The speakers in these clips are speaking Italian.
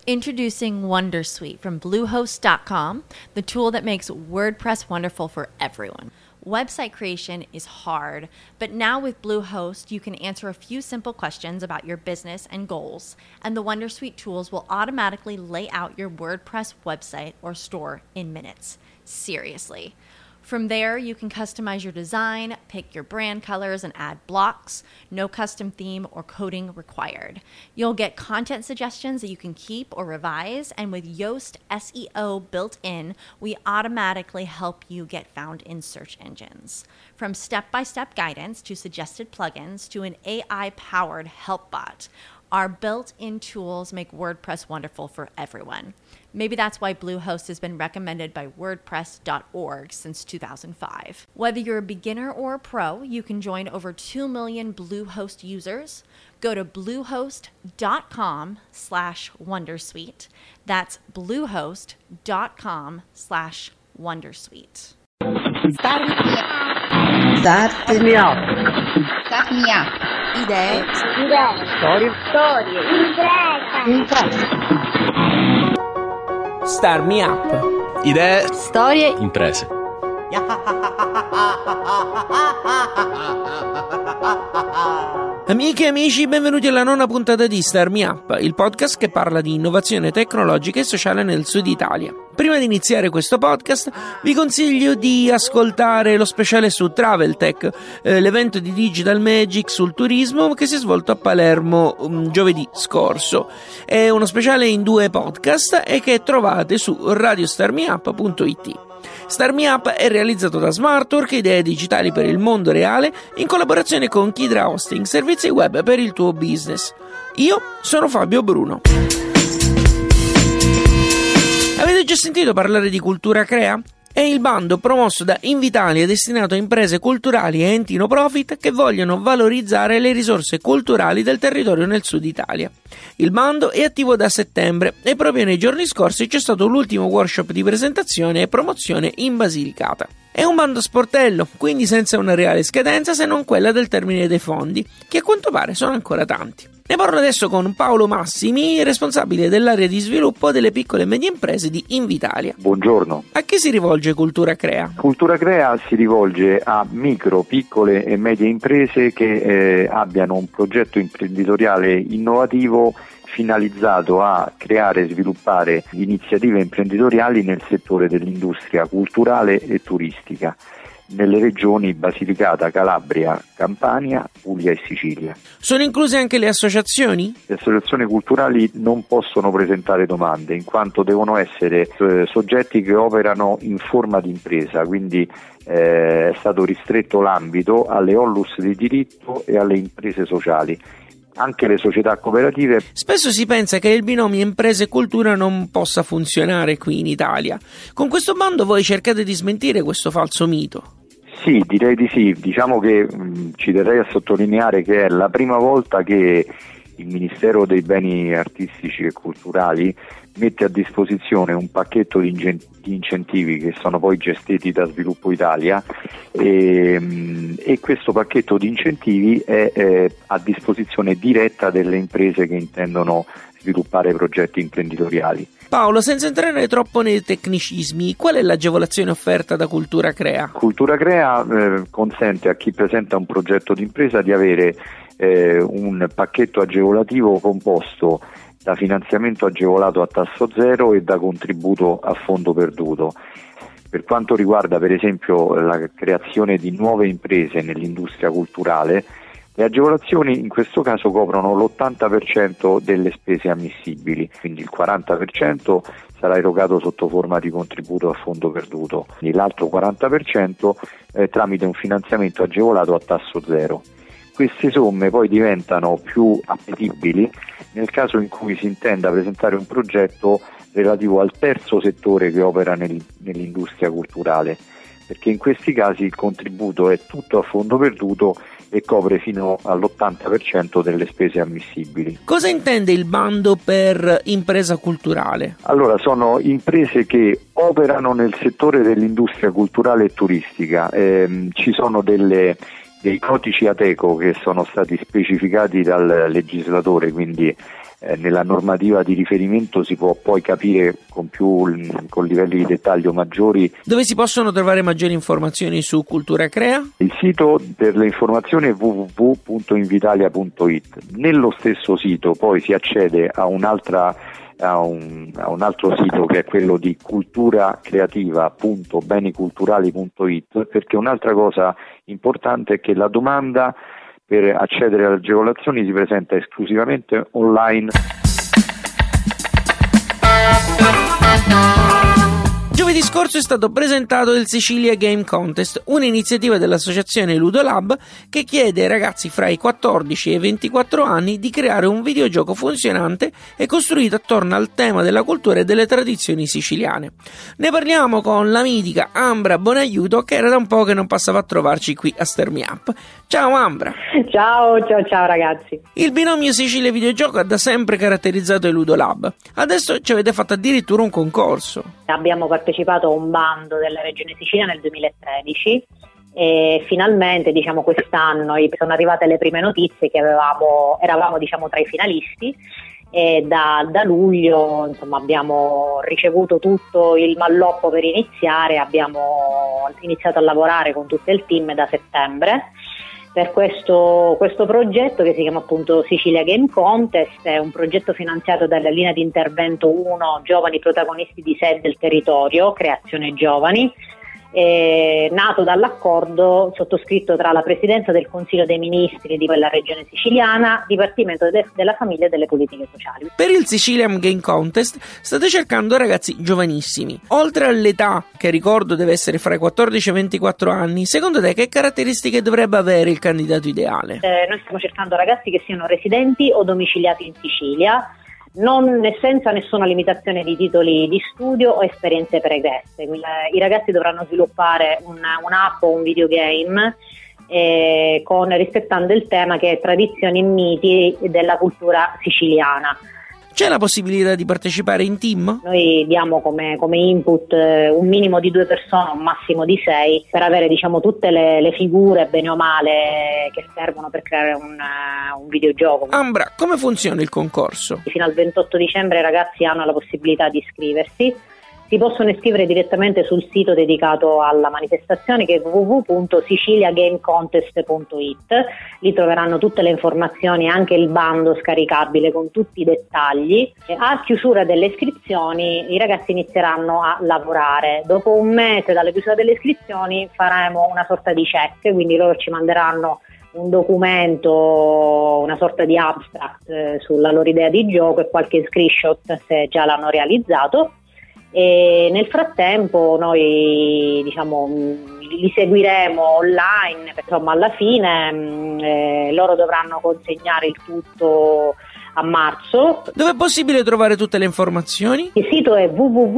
Introducing Wondersuite from Bluehost.com, the tool that makes WordPress wonderful for everyone. Website creation is hard, but now with Bluehost, you can answer a few simple questions about your business and goals, and the Wondersuite tools will automatically lay out your WordPress website or store in minutes. Seriously. From there, you can customize your design, pick your brand colors, and add blocks. No custom theme or coding required. You'll get content suggestions that you can keep or revise, and with Yoast SEO built in, we automatically help you get found in search engines. From step-by-step guidance to suggested plugins to an AI-powered help bot, our built-in tools make WordPress wonderful for everyone. Maybe that's why Bluehost has been recommended by WordPress.org since 2005. Whether you're a beginner or a pro, you can join over 2 million Bluehost users. Go to bluehost.com/wondersuite. That's bluehost.com/wondersuite. Start me up. Idee. Storie. Imprese. Start me up. Idee. Storie. Imprese. Amiche e amici, benvenuti alla 9ª puntata di Start Me Up, il podcast che parla di innovazione tecnologica e sociale nel Sud Italia. Prima di iniziare questo podcast vi consiglio di ascoltare lo speciale su Travel Tech, l'evento di Digital Magic sul turismo che si è svolto a Palermo giovedì scorso. È uno speciale in 2 podcast e che trovate su radiostarmeup.it. Start Me Up è realizzato da Smartwork, idee digitali per il mondo reale, in collaborazione con Kidra Hosting, servizi web per il tuo business. Io sono Fabio Bruno. Avete già sentito parlare di Cultura Crea? È il bando promosso da Invitalia destinato a imprese culturali e enti no profit che vogliono valorizzare le risorse culturali del territorio nel Sud Italia. Il bando è attivo da settembre e proprio nei giorni scorsi c'è stato l'ultimo workshop di presentazione e promozione in Basilicata. È un bando sportello, quindi senza una reale scadenza se non quella del termine dei fondi, che a quanto pare sono ancora tanti. Ne parlo adesso con Paolo Massimi, responsabile dell'area di sviluppo delle piccole e medie imprese di Invitalia. Buongiorno. A chi si rivolge Cultura Crea? Cultura Crea si rivolge a micro, piccole e medie imprese che abbiano un progetto imprenditoriale innovativo finalizzato a creare e sviluppare iniziative imprenditoriali nel settore dell'industria culturale e turistica nelle regioni Basilicata, Calabria, Campania, Puglia e Sicilia. Sono incluse anche le associazioni? Le associazioni culturali non possono presentare domande in quanto devono essere soggetti che operano in forma di impresa, quindi è stato ristretto l'ambito alle onlus di diritto e alle imprese sociali. Anche le società cooperative. Spesso si pensa che il binomio imprese e cultura non possa funzionare qui in Italia. Con questo bando voi cercate di smentire questo falso mito? Sì, direi di sì. Diciamo che ci terrei a sottolineare che è la prima volta che il Ministero dei Beni Artistici e Culturali mette a disposizione un pacchetto di incentivi che sono poi gestiti da Sviluppo Italia e questo pacchetto di incentivi è a disposizione diretta delle imprese che intendono sviluppare progetti imprenditoriali. Paolo, senza entrare troppo nei tecnicismi, qual è l'agevolazione offerta da Cultura Crea? Cultura Crea consente a chi presenta un progetto di impresa di avere un pacchetto agevolativo composto da finanziamento agevolato a tasso zero e da contributo a fondo perduto. Per quanto riguarda per esempio la creazione di nuove imprese nell'industria culturale, le agevolazioni in questo caso coprono l'80% delle spese ammissibili, quindi il 40% sarà erogato sotto forma di contributo a fondo perduto, e l'altro 40% tramite un finanziamento agevolato a tasso zero. Queste somme poi diventano più appetibili nel caso in cui si intenda presentare un progetto relativo al terzo settore che opera nell'industria culturale, perché in questi casi il contributo è tutto a fondo perduto e copre fino all'80% delle spese ammissibili. Cosa intende il bando per impresa culturale? Allora, sono imprese che operano nel settore dell'industria culturale e turistica. Ci sono dei codici Ateco che sono stati specificati dal legislatore, quindi nella normativa di riferimento si può poi capire con livelli di dettaglio maggiori. Dove si possono trovare maggiori informazioni su Cultura Crea? Il sito per le informazioni è www.invitalia.it. Nello stesso sito poi si accede a un altro sito che è quello di culturacreativa.beniculturali.it, perché un'altra cosa importante è che la domanda per accedere alle agevolazioni si presenta esclusivamente online. Giovedì scorso è stato presentato il Sicilia Game Contest, un'iniziativa dell'associazione Ludolab che chiede ai ragazzi fra i 14 e i 24 anni di creare un videogioco funzionante e costruito attorno al tema della cultura e delle tradizioni siciliane. Ne parliamo con la mitica Ambra Bonaiuto, che era da un po' che non passava a trovarci qui a Start Me Up. Ciao Ambra! Ciao ragazzi! Il binomio Sicilia Videogioco ha da sempre caratterizzato il Ludolab. Adesso ci avete fatto addirittura un concorso. Abbiamo partecipato a un bando della Regione Sicilia nel 2013 e finalmente quest'anno sono arrivate le prime notizie che eravamo tra i finalisti, e da luglio abbiamo ricevuto tutto il malloppo per iniziare. Abbiamo iniziato a lavorare con tutto il team da settembre per questo progetto che si chiama appunto Sicilia Game Contest. È un progetto finanziato dalla linea di intervento 1 Giovani Protagonisti di sé del territorio, Creazione Giovani, nato dall'accordo sottoscritto tra la Presidenza del Consiglio dei Ministri di quella regione siciliana, Dipartimento della Famiglia e delle Politiche Sociali. Per il Sicilian Game Contest state cercando ragazzi giovanissimi. Oltre all'età, che ricordo deve essere fra i 14 e i 24 anni, secondo te che caratteristiche dovrebbe avere il candidato ideale? Noi stiamo cercando ragazzi che siano residenti o domiciliati in Sicilia, senza nessuna limitazione di titoli di studio o esperienze pregresse. I ragazzi dovranno sviluppare un'app o un videogame rispettando il tema che è tradizioni e miti della cultura siciliana. C'è la possibilità di partecipare in team? Noi diamo come input un minimo di 2 persone, un massimo di 6, per avere tutte le figure bene o male che servono per creare un videogioco. Ambra, come funziona il concorso? Fino al 28 dicembre i ragazzi hanno la possibilità di iscriversi. Si possono iscrivere direttamente sul sito dedicato alla manifestazione, che è www.siciliagamecontest.it. Lì troveranno tutte le informazioni, anche il bando scaricabile con tutti i dettagli. A chiusura delle iscrizioni i ragazzi inizieranno a lavorare. Dopo un mese dalla chiusura delle iscrizioni faremo una sorta di check, quindi loro ci manderanno un documento, una sorta di abstract sulla loro idea di gioco e qualche screenshot se già l'hanno realizzato. E nel frattempo noi li seguiremo online, alla fine loro dovranno consegnare il tutto a marzo. Dove è possibile trovare tutte le informazioni? Il sito è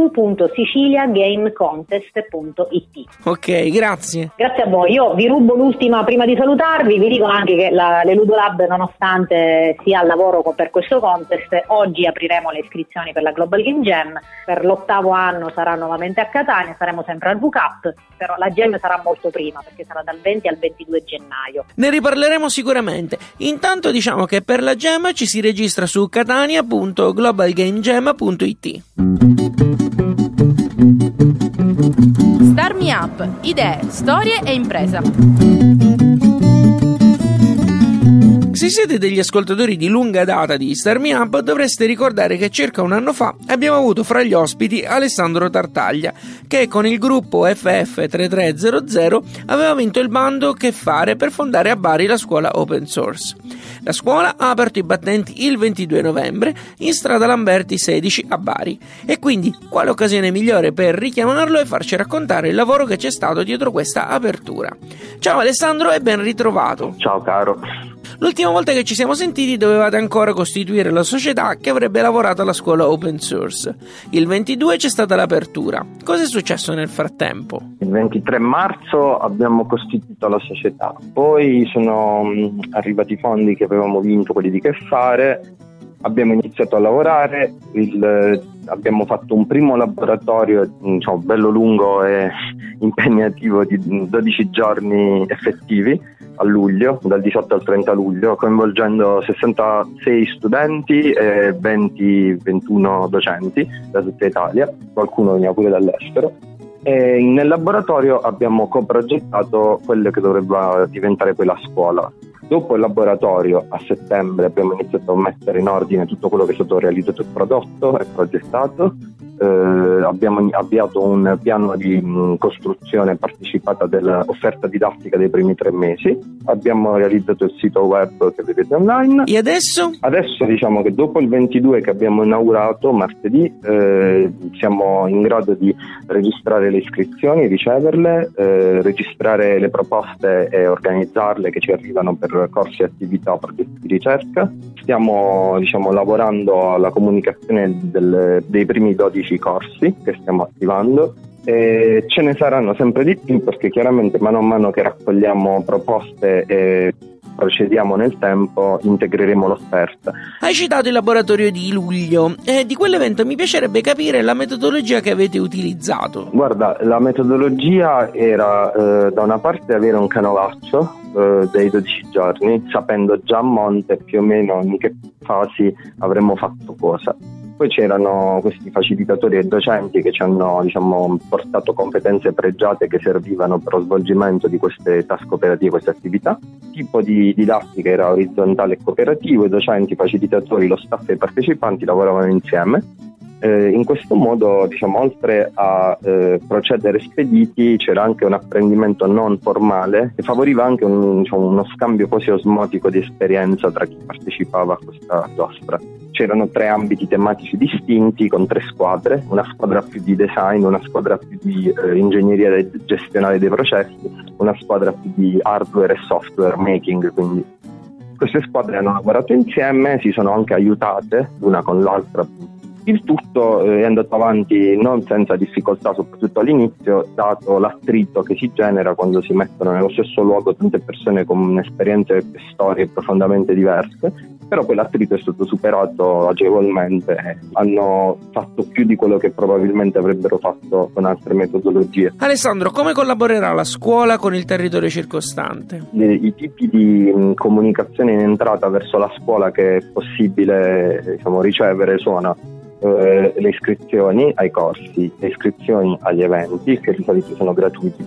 www.siciliagamecontest.it. Ok, grazie. Grazie a voi. Io vi rubo l'ultima prima di salutarvi. Vi dico anche che le Ludolab, nonostante sia al lavoro per questo contest, oggi apriremo le iscrizioni per la Global Game Jam. Per l'8º anno sarà nuovamente a Catania, saremo sempre al VCAP, però la Jam sarà molto prima perché sarà dal 20 al 22 gennaio. Ne riparleremo sicuramente. Intanto diciamo che per la Jam ci si registra su catania.globalgamejam.it. Start Me Up, idee, storie e impresa. Se siete degli ascoltatori di lunga data di Start Me Up, dovreste ricordare che circa un anno fa abbiamo avuto fra gli ospiti Alessandro Tartaglia, che con il gruppo FF3300 aveva vinto il bando Che fare per fondare a Bari la scuola open source. La scuola ha aperto i battenti il 22 novembre in strada Lamberti 16 a Bari, e quindi quale occasione migliore per richiamarlo e farci raccontare il lavoro che c'è stato dietro questa apertura. Ciao Alessandro e ben ritrovato. Ciao caro. L'ultima volta che ci siamo sentiti dovevate ancora costituire la società che avrebbe lavorato alla scuola open source. Il 22 c'è stata l'apertura. Cosa è successo nel frattempo? Il 23 marzo abbiamo costituito la società, poi sono arrivati i fondi che avevamo vinto, quelli di Che fare, abbiamo iniziato a lavorare, abbiamo fatto un primo laboratorio bello lungo e impegnativo di 12 giorni effettivi a luglio, dal 18 al 30 luglio, coinvolgendo 66 studenti e 21 docenti da tutta Italia, qualcuno veniva pure dall'estero. E nel laboratorio abbiamo coprogettato quello che dovrebbe diventare poi la scuola. Dopo il laboratorio, a settembre, abbiamo iniziato a mettere in ordine tutto quello che è stato realizzato e prodotto e progettato. Abbiamo avviato un piano di costruzione partecipata dell'offerta didattica dei primi 3 mesi. Abbiamo realizzato il sito web che vedete online. E adesso? Adesso diciamo che dopo il 22 che abbiamo inaugurato martedì, siamo in grado di registrare le iscrizioni, riceverle, registrare le proposte e organizzarle che ci arrivano per corsi, attività, progetti di ricerca. Stiamo lavorando alla comunicazione dei primi 12 corsi che stiamo attivando, e ce ne saranno sempre di più, perché chiaramente mano a mano che raccogliamo proposte e procediamo nel tempo integreremo l'offerta. Hai citato il laboratorio di luglio e di quell'evento mi piacerebbe capire la metodologia che avete utilizzato. Guarda, la metodologia era da una parte avere un canovaccio dei 12 giorni, sapendo già a monte più o meno in che fasi avremmo fatto cosa. Poi c'erano questi facilitatori e docenti che ci hanno portato competenze pregiate che servivano per lo svolgimento di queste task operative, queste attività. Il tipo di didattica era orizzontale e cooperativo, i docenti, i facilitatori, lo staff e i partecipanti lavoravano insieme. In questo modo, oltre a procedere spediti, c'era anche un apprendimento non formale che favoriva anche uno scambio quasi osmotico di esperienza tra chi partecipava a questa giostra. C'erano 3 ambiti tematici distinti con 3 squadre, una squadra più di design, una squadra più di ingegneria gestionale dei processi, una squadra più di hardware e software making. Quindi queste squadre hanno lavorato insieme, si sono anche aiutate l'una con l'altra. Il tutto è andato avanti non senza difficoltà, soprattutto all'inizio, dato l'attrito che si genera quando si mettono nello stesso luogo tante persone con esperienze e storie profondamente diverse. Però poi l'attrito è stato superato agevolmente e hanno fatto più di quello che probabilmente avrebbero fatto con altre metodologie. Alessandro, come collaborerà la scuola con il territorio circostante? I tipi di comunicazione in entrata verso la scuola che è possibile ricevere sono le iscrizioni ai corsi, le iscrizioni agli eventi, che di solito sono gratuiti,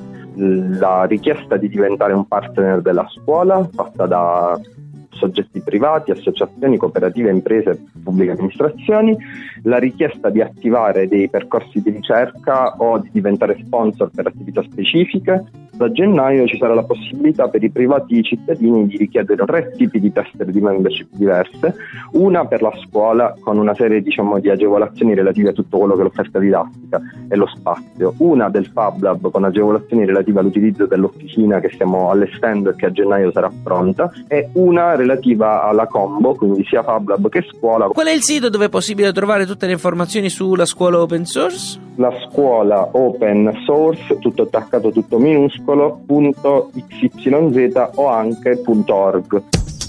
la richiesta di diventare un partner della scuola fatta da soggetti privati, associazioni, cooperative, imprese, pubbliche amministrazioni, la richiesta di attivare dei percorsi di ricerca o di diventare sponsor per attività specifiche. Da gennaio ci sarà la possibilità per i privati cittadini di richiedere 3 tipi di tester di membership diverse, una per la scuola con una serie di agevolazioni relative a tutto quello che è l'offerta didattica e lo spazio, una del Fab Lab con agevolazioni relative all'utilizzo dell'officina che stiamo allestendo e che a gennaio sarà pronta, e una relativa alla combo, quindi sia Fab Lab che scuola. Qual è il sito dove è possibile trovare tutte le informazioni sulla scuola open source? La scuola open source, tutto attaccato, tutto minuscolo, .xyz o anche .org.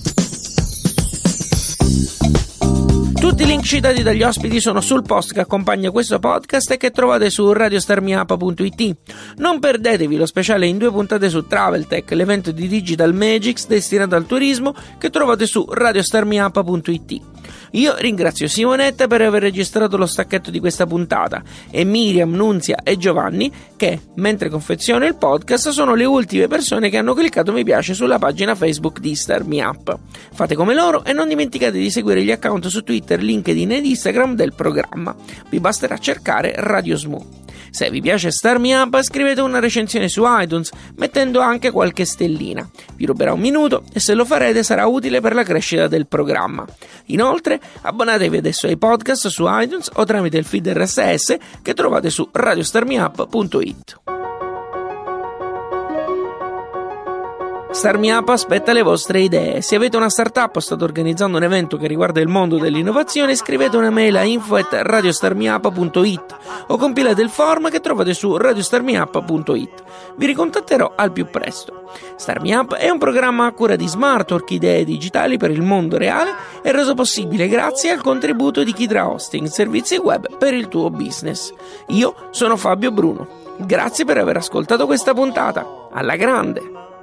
Tutti i link citati dagli ospiti sono sul post che accompagna questo podcast e che trovate su radiostarmiup.it. Non perdetevi lo speciale in 2 puntate su Traveltech, l'evento di Digital Magics destinato al turismo, che trovate su radiostarmiup.it. Io ringrazio Simonetta per aver registrato lo stacchetto di questa puntata e Miriam, Nunzia e Giovanni che, mentre confeziono il podcast, sono le ultime persone che hanno cliccato mi piace sulla pagina Facebook di Star Me Up. Fate come loro e non dimenticate di seguire gli account su Twitter, LinkedIn ed Instagram del programma. Vi basterà cercare Radio Smo. Se vi piace Star Me Up, scrivete una recensione su iTunes, mettendo anche qualche stellina. Vi ruberà un minuto e se lo farete sarà utile per la crescita del programma. Inoltre, abbonatevi adesso ai podcast su iTunes o tramite il feed RSS che trovate su radiostarmiup.it. Star Me Up aspetta le vostre idee. Se avete una startup o state organizzando un evento che riguarda il mondo dell'innovazione, scrivete una mail a info@radiostarmeup.it o compilate il form che trovate su radiostarmeup.it. Vi ricontatterò al più presto. Star Me Up è un programma a cura di Smartwork, idee digitali per il mondo reale, e reso possibile grazie al contributo di Kidra Hosting, servizi web per il tuo business. Io sono Fabio Bruno. Grazie per aver ascoltato questa puntata. Alla grande!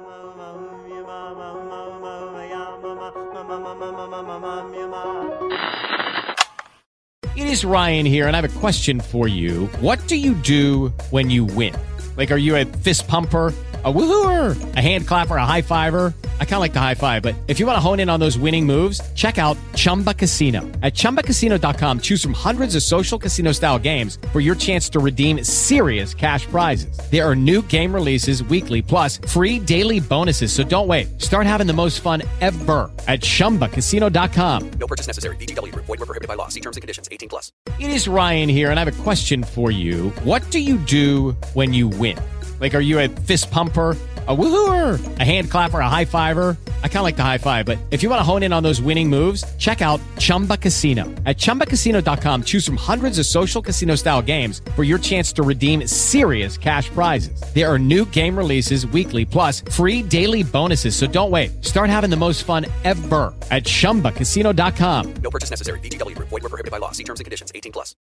It is Ryan here, and I have a question for you. What do you do when you win? Like, are you a fist pumper, a woohooer, a hand clapper, a high fiver? I kind of like the high five, but if you want to hone in on those winning moves, check out Chumba Casino. At ChumbaCasino.com, choose from hundreds of social casino style games for your chance to redeem serious cash prizes. There are new game releases weekly, plus free daily bonuses. So don't wait. Start having the most fun ever at ChumbaCasino.com. No purchase necessary. VGW Group. Void where prohibited by law. See terms and conditions. 18+. It is Ryan here, and I have a question for you. What do you do when you win? Like, are you a fist pumper, a woohooer, a hand clapper, a high fiver? I kind of like the high five, but if you want to hone in on those winning moves, check out Chumba Casino. At ChumbaCasino.com, choose from hundreds of social casino style games for your chance to redeem serious cash prizes. There are new game releases weekly, plus free daily bonuses. So don't wait. Start having the most fun ever at ChumbaCasino.com. No purchase necessary. VGW Group. Void where prohibited by law. See terms and conditions. 18+.